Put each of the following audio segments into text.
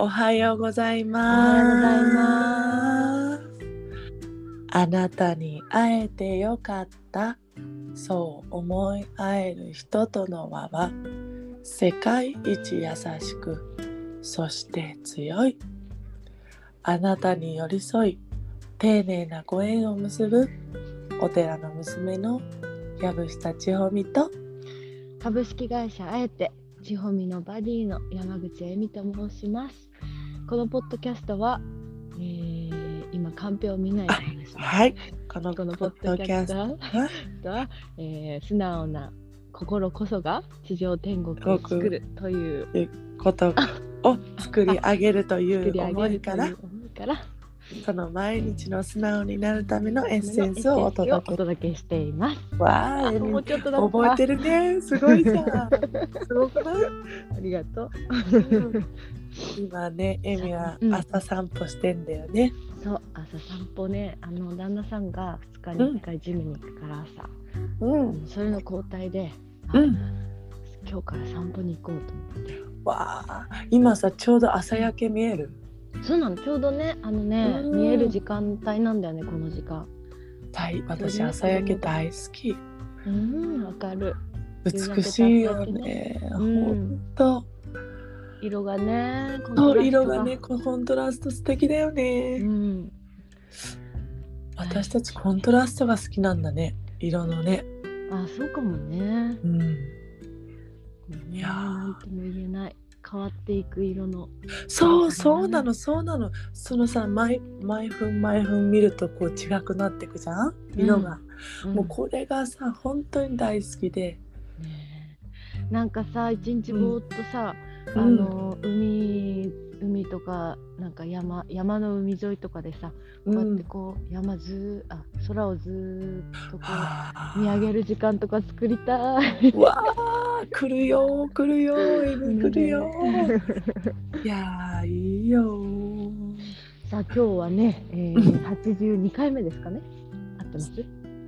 おはようございおはようございま。 ますあなたに会えてよかった。そう思い合える人との輪は世界一優しく、そして強い。あなたに寄り添い、丁寧なご縁を結ぶお寺の娘の藪下千穂美と、 株式会社あえて千穂美のバディの山口恵美と申します。このポッドキャストは、今カンペを見ないで話します。 はい、このポポッドキャストは素直な心こそが地上天国を作るということを作り上げるという思いから、その毎日の素直になるためのエッセンスをお届けしています。 わあ、 もうちょっとだった。 覚えてるね。すごいじゃん。すごくない？ ありがとう。 今ね、エミは朝散歩してんだよね。 そう、朝散歩ね。旦那さんが2日に1回ジムに行くから朝、それの交代で、今日から散歩に行こうと思って。 わあ、今さちょうど朝焼け見える。 そうなの、ちょうどね、見える時間帯なんだよね、この時間。 私朝焼け大好き。 わかる。 美しいよね。ほんと。 色がね、 色がね、コントラスト素敵だよね。私たちコントラストが好きなんだね、色のね。 あ、そうかもね。 いやー、 なんとも言えない。変わっていく色の。 そうなの。そのさ、毎分見るとこう違くなっていくじゃん、色が。もうこれがさ、本当に大好きで。 なんかさ、一日ぼーっとさ、海とかなんか山の海沿いとかでさ、こうやってこう空をずっとこう見上げる時間とか作りたい。 わー、来るよエミ来るよ。いやー、いいよ。 さあ今日はね、82回目ですかね。合ってます？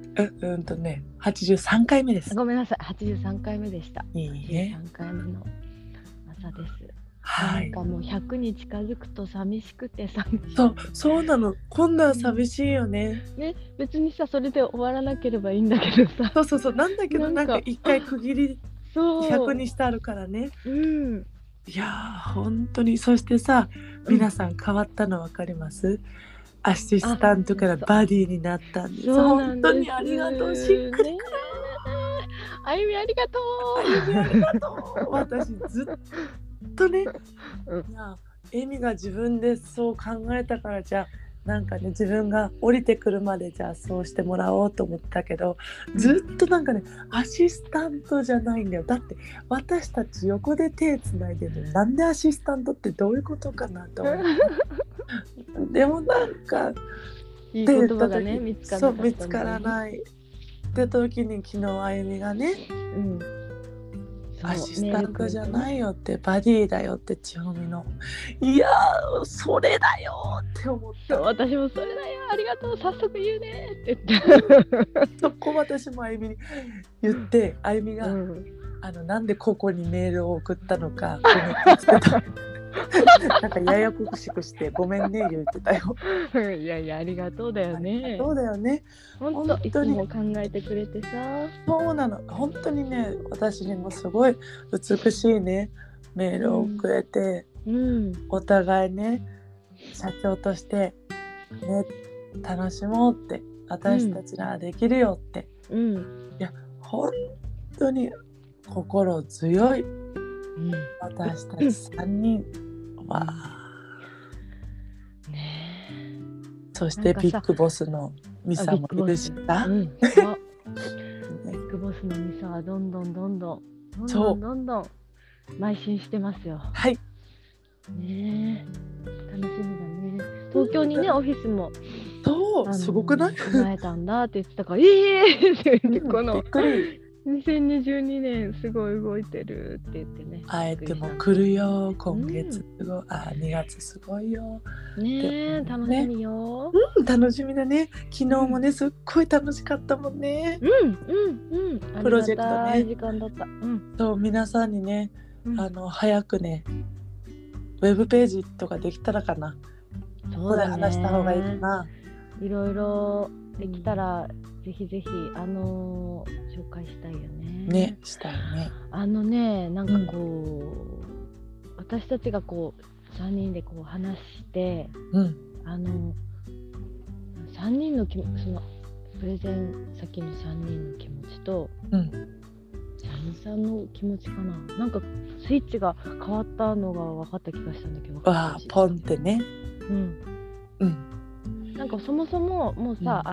83回目です。 ごめんなさい、83回目でした。 いいね。 83回目の朝です。 はい。 なんかもう100に近づくと寂しくて。 そうなの。今度は寂しいよね。 別にさ、それで終わらなければいいんだけどさ。 そうなんだけど、なんか一回区切り100にしてあるからね。いやー、本当に。そしてさ、皆さん変わったの分かります？アシスタントからバディになったんです。本当にありがとう。しっくりくる。 あゆみありがとう。私ずっとね、エミが自分でそう考えたから、じゃあなんかね、自分が降りてくるまでじゃあそうしてもらおうと思ったけど、ずっとなんかね、アシスタントじゃないんだよ。だって私たち横で手つないでるの、なんでアシスタントってどういうことかなと思ってでもなんかいい言葉がね、見つからないって時に、昨日あゆみがね、アシスタントじゃないよって、バディだよって千穂美の。いやー、それだよって思った。 私もそれだよ、ありがとう、早速言うねって言ってそこ私もあゆみに言って、あゆみが、なんでここにメールを送ったのかなんかややこしくしてごめんね言ってたよ。 いや、ありがとうだよね。 そうだよね。 本当いつも考えてくれてさ。 そうなの。本当にね、私にもすごい美しいねメールをくれて、お互いね、社長としてね、楽しもうって、私たちならできるよって。いや、本当に心強い、私たち3人は、そしてビッグボスのミサもいるしさ、 ビッグボスのミサはどんどん邁進してますよ。 はい。 楽しみだね。東京にね、オフィスもすごくない？ 考えたんだって言ってたから、って言って、この2022年すごい動いてるって言ってね。 あえても来るよ、今月2月すごいよ。 ね、楽しみよ。 楽しみだね。昨日もね、すっごい楽しかったもんね。プロジェクトね。 時間だった。 そう、皆さんにね、早くね、 ウェブページとかできたらかな。 そうだね。 これ話した方がいいかな。 いろいろできたら、ぜひぜひ紹介したいよね。 ね、したいね。 なんかこう、私たちがこう3人でこう話して、3人のそのプレゼン先の3人の気持ちと、社員さんの気持ちかな。なんかスイッチが変わったのが分かった気がしたんだけど。 ポンってね。 なんかそもそももうさ、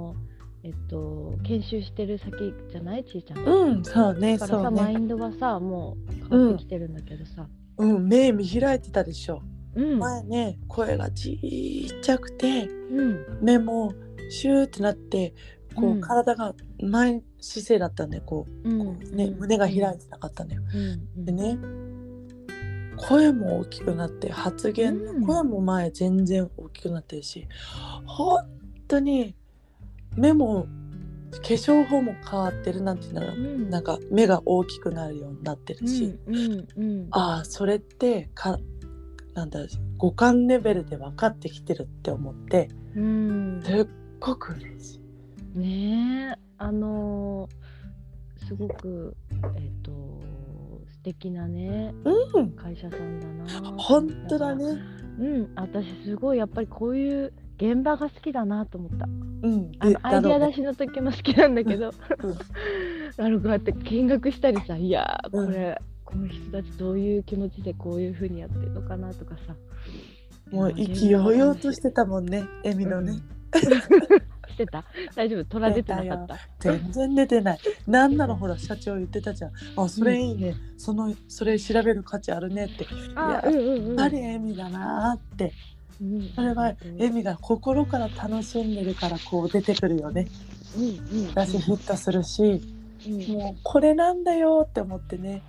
研修してる先じゃない、ちいちゃん。 そうね。 だからさ、マインドはさ、もう変わってきてるんだけどさ。 目見開いてたでしょ。前ね、声がちっちゃくて、目もシューってなって、こう体が前姿勢だったんで、こうね、胸が開いてなかったんだよ。でね、声も大きくなって、発言の声も前全然大きくなってるし、本当に目も化粧法も変わってるなんていうの、なんか目が大きくなるようになってるし、それってなんだ、五感レベルで分かってきてるって思って、すっごく嬉しい。 ねえ、すごく素敵なね、会社さんだな。 本当だね。 私すごいやっぱりこういう現場が好きだなと思った。アイデア出しの時も好きなんだけど、こうやって見学したりさ、いやこの人たちどういう気持ちでこういう風にやってるのかなとかさ、 もう意気揚々としてたもんね、エミのね。 してた？大丈夫？取られてなかった？ 全然出てない。なんならほら社長言ってたじゃん。それいいね。それ調べる価値あるねって。やっぱりエミだなって。それはエミが心から楽しんでるからこう出てくるよね。私ヒットするし、もうこれなんだよって思ってね。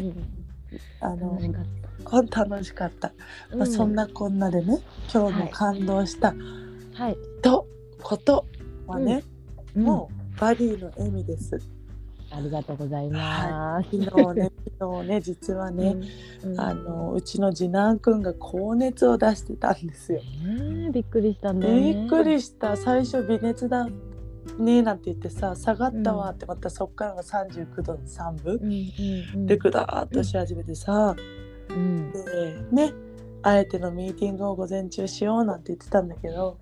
楽しかった。そんなこんなでね、今日も感動したことはね、もうバディのエミです。 ありがとうございます。 昨日ね実はね、うちの次男くんが高熱を出してたんですよ。 びっくりしたんだよね。 びっくりした。最初微熱だねなんて言ってさ、下がったわってまたそっからが39度3分でぐだーっとし始めてさ、でね、あえてのミーティングを午前中しようなんて言ってたんだけど、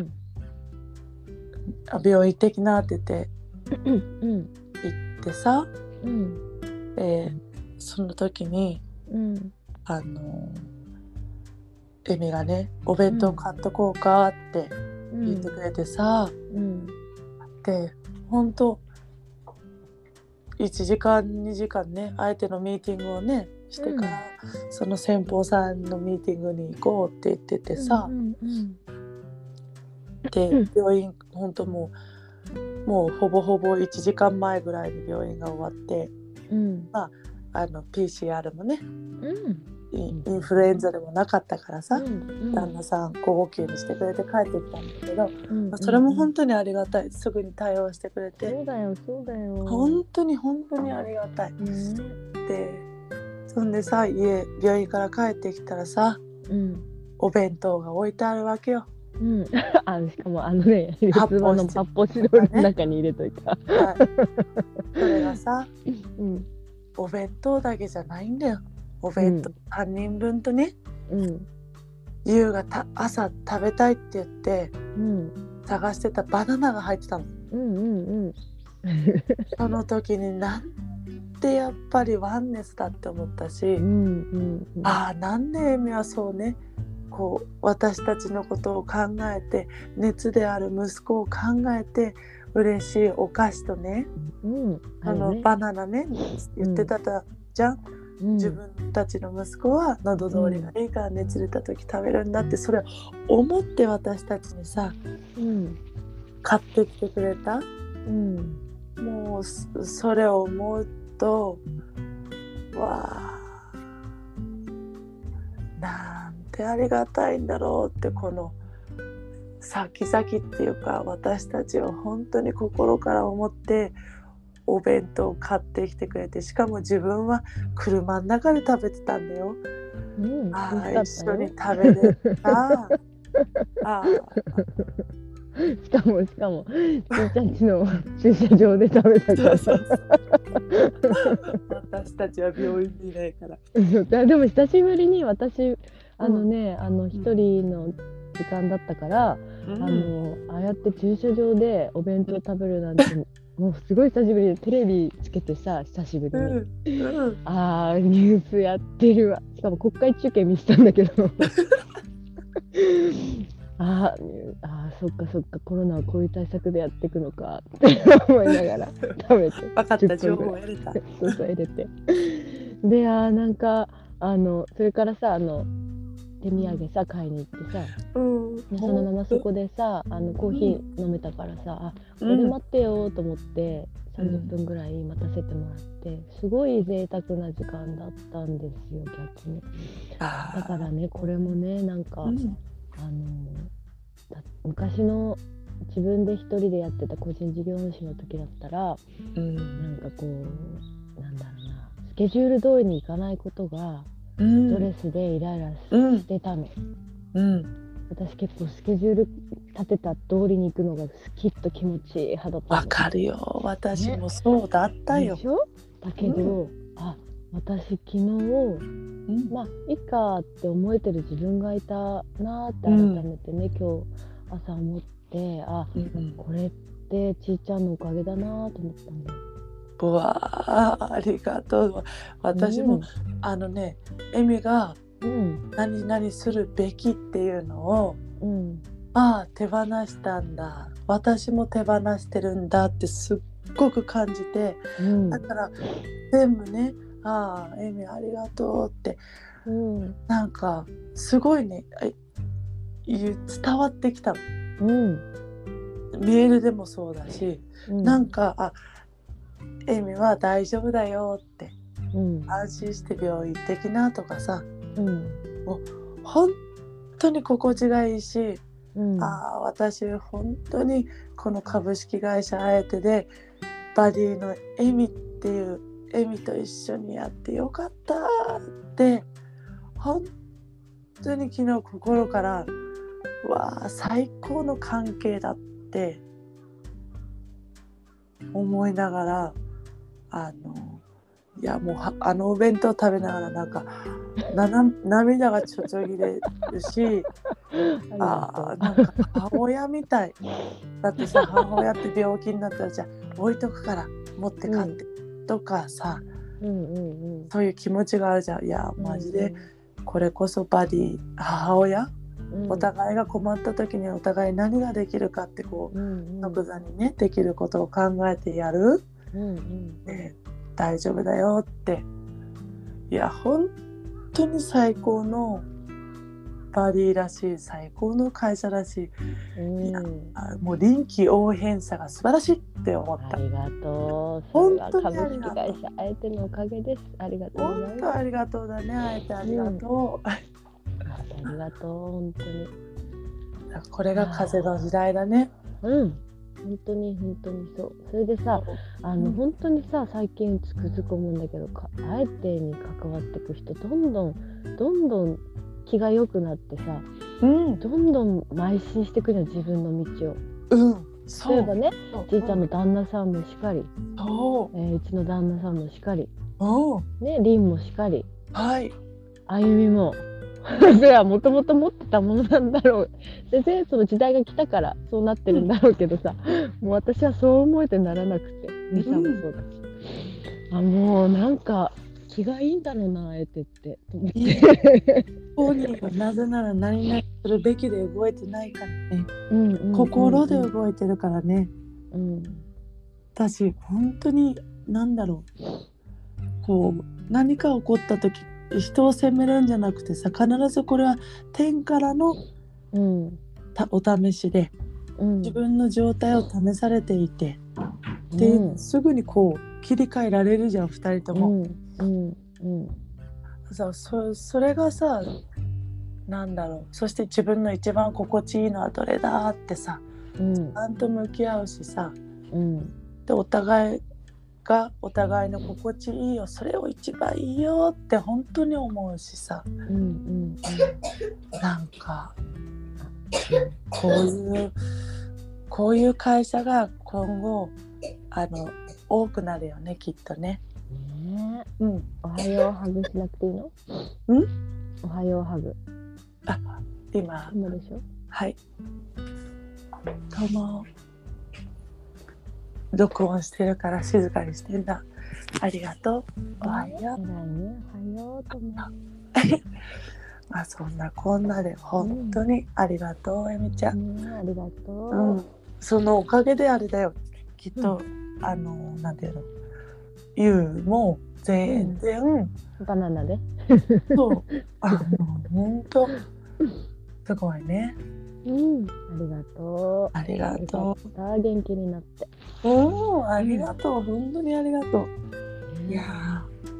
病院行ってきなって言って行ってさ、その時に、エミがね、お弁当買っとこうかって言ってくれてさ、で本当1時間2時間ね、あえてのミーティングをねしてから、その先方さんのミーティングに行こうって言っててさ、で病院本当もうほぼほぼ1時間前ぐらいに病院が終わって、PCR もね、インフルエンザでもなかったからさ、旦那さん5号吸にしてくれて帰ってきたんだけど、それも本当にありがたい。すぐに対応してくれて、 そうだよ本当にありがたい。でそんでさ、病院から帰ってきたらさ、お弁当が置いてあるわけよ。 しかも四つ葉の発泡スチロールの中に入れといた。 それがさ、お弁当だけじゃないんだよ。お弁当3人分とね、優が朝食べたいって言って、探してたバナナが入ってたの。その時になんてやっぱりワンネスだって思ったし、なんでエミはそうね、こう私たちのことを考えて、熱である息子を考えて嬉しいお菓子とね、バナナね言ってたじゃん。自分たちの息子は喉通りがいいから熱出た時食べるんだって、それを思って私たちにさ、買ってきてくれた。もうそれを思うと、なんてありがたいんだろうって、この先々っていうか、私たちを本当に心から思ってお弁当を買ってきてくれて、しかも自分は車の中で食べてたんだよ。 一緒に食べれた。 しかもちーちゃんちの駐車場で食べたから私たちは病院にいないからでも久しぶりに私一人の時間だったから、ああやって駐車場でお弁当食べるなんてもうすごい久しぶりでテレビつけてさ、久しぶりに、ニュースやってるわ。しかも国会中継見てたんだけどそっかコロナはこういう対策でやっていくのかって思いながら食べて分かった情報を得れたそう得れてでなんかそれからさ手土産さ買いに行ってさ、そのままそこでさコーヒー飲めたからさ、これで待ってよと思って30分ぐらい待たせてもらって、すごい贅沢な時間だったんですよ、逆に。だからね、これもね、なんか、昔の自分で一人でやってた個人事業主の時だったら、なんかこうなんだろうな、スケジュール通りにいかないことがストレスでイライラしてたの。私結構スケジュール立てた通りに行くのがきっと気持ちいい派だったの。 わかるよ、私もそうだったよ。 でしょ？だけど、私昨日、まあいいかって思えてる自分がいたなって改めてね、今日朝思って、これってちーちゃんのおかげだなと思ったんだよ。 ありがとう。私も、エミが何々するべきっていうのを、手放したんだ、私も手放してるんだってすっごく感じて、だから全部ね、エミありがとうって、なんかすごいね伝わってきたの、メールでもそうだし、なんかエミは大丈夫だよって、安心して病院行ってきなとかさ、もう本当に心地がいいし、私本当にこの株式会社あえてでバディのエミっていうエミと一緒にやってよかったって本当に昨日心から最高の関係だって思いながら、いやもうお弁当食べながらなんか涙がちょちょぎれるしなんか母親みたいだってさ、母親って病気になったらじゃあ置いとくから持って帰ってとかさ、そういう気持ちがあるじゃん。いやマジでこれこそバディ母親、お互いが困った時にお互い何ができるかってこう即座にねできることを考えてやる、大丈夫だよって、いや本当に最高のバディらしい、最高の会社らしい、いやもう臨機応変さが素晴らしいって思った。 ありがとう。それは株式会社あえてのおかげです。ありがとうございます。 本当ありがとうだね、あえてありがとう。 ありがとう、本当に。 これが風の時代だね。 本当にそう。それでさ、本当にさ、最近つくづく思うんだけど、あえてに関わっていく人どんどん気が良くなってさ、どんどん邁進していくじゃん、自分の道を。例えばね、じいちゃんの旦那さんもしかり、うちの旦那さんもしかり、ね、りんもしかり、あゆみもそれはもともと持ってたものなんだろう。でその時代が来たからそうなってるんだろうけどさ、もう私はそう思えてならなくて、みさんもそうだし、もうなんか気がいいんだろうな、あえてって思ってなぜなら何々するべきで動いてないからね、心で動いてるからね。私本当に何だろう、こう何か起こった時人を責めるんじゃなくてさ、必ずこれは天からの、お試しで、自分の状態を試されていて、ですぐにこう切り替えられるじゃん、2人とも。それがさ、なんだろう、そして自分の一番心地いいのはどれだってさ、ちゃんと向き合うしさ、でお互いがお互いの心地いいよ、それを一番いいよって本当に思うしさ、なんかこういう会社が今後多くなるよね、きっとね。 おはようハグしなくていいの？おはようハグ。 今でしょ？ はい。どうも。録音してるから静かにしてんだ。ありがとう。おはよう。 おはようとも。 まあそんなこんなで本当にありがとう、えみちゃん。 ありがとう。 そのおかげであれだよ。きっとなんていうの。ゆうも全然バナナで。 そう。本当すごいね。 ありがとう。 ありがとう。元気になって。 ありがとう。本当にありがとう。いや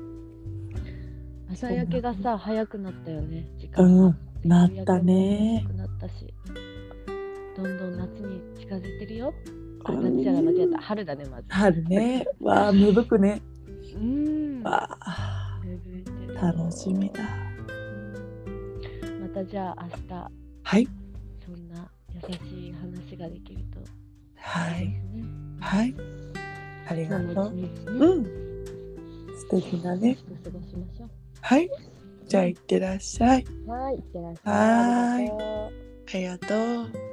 朝焼けがさ早くなったよね。時間がなったね。 早くなったし、どんどん夏に近づいてるよ。夏じゃない、間違えた。春だね、まず。 春ね。わあ、芽吹くね。わあ、 楽しみだ。 またじゃあ明日。 はい。 そんな優しい話ができると。 はい。はい。ありがとう。素敵だね。 過ごしましょう。 はい。じゃあ行ってらっしゃい。 はい、行ってらっしゃい。 はい。ありがとう。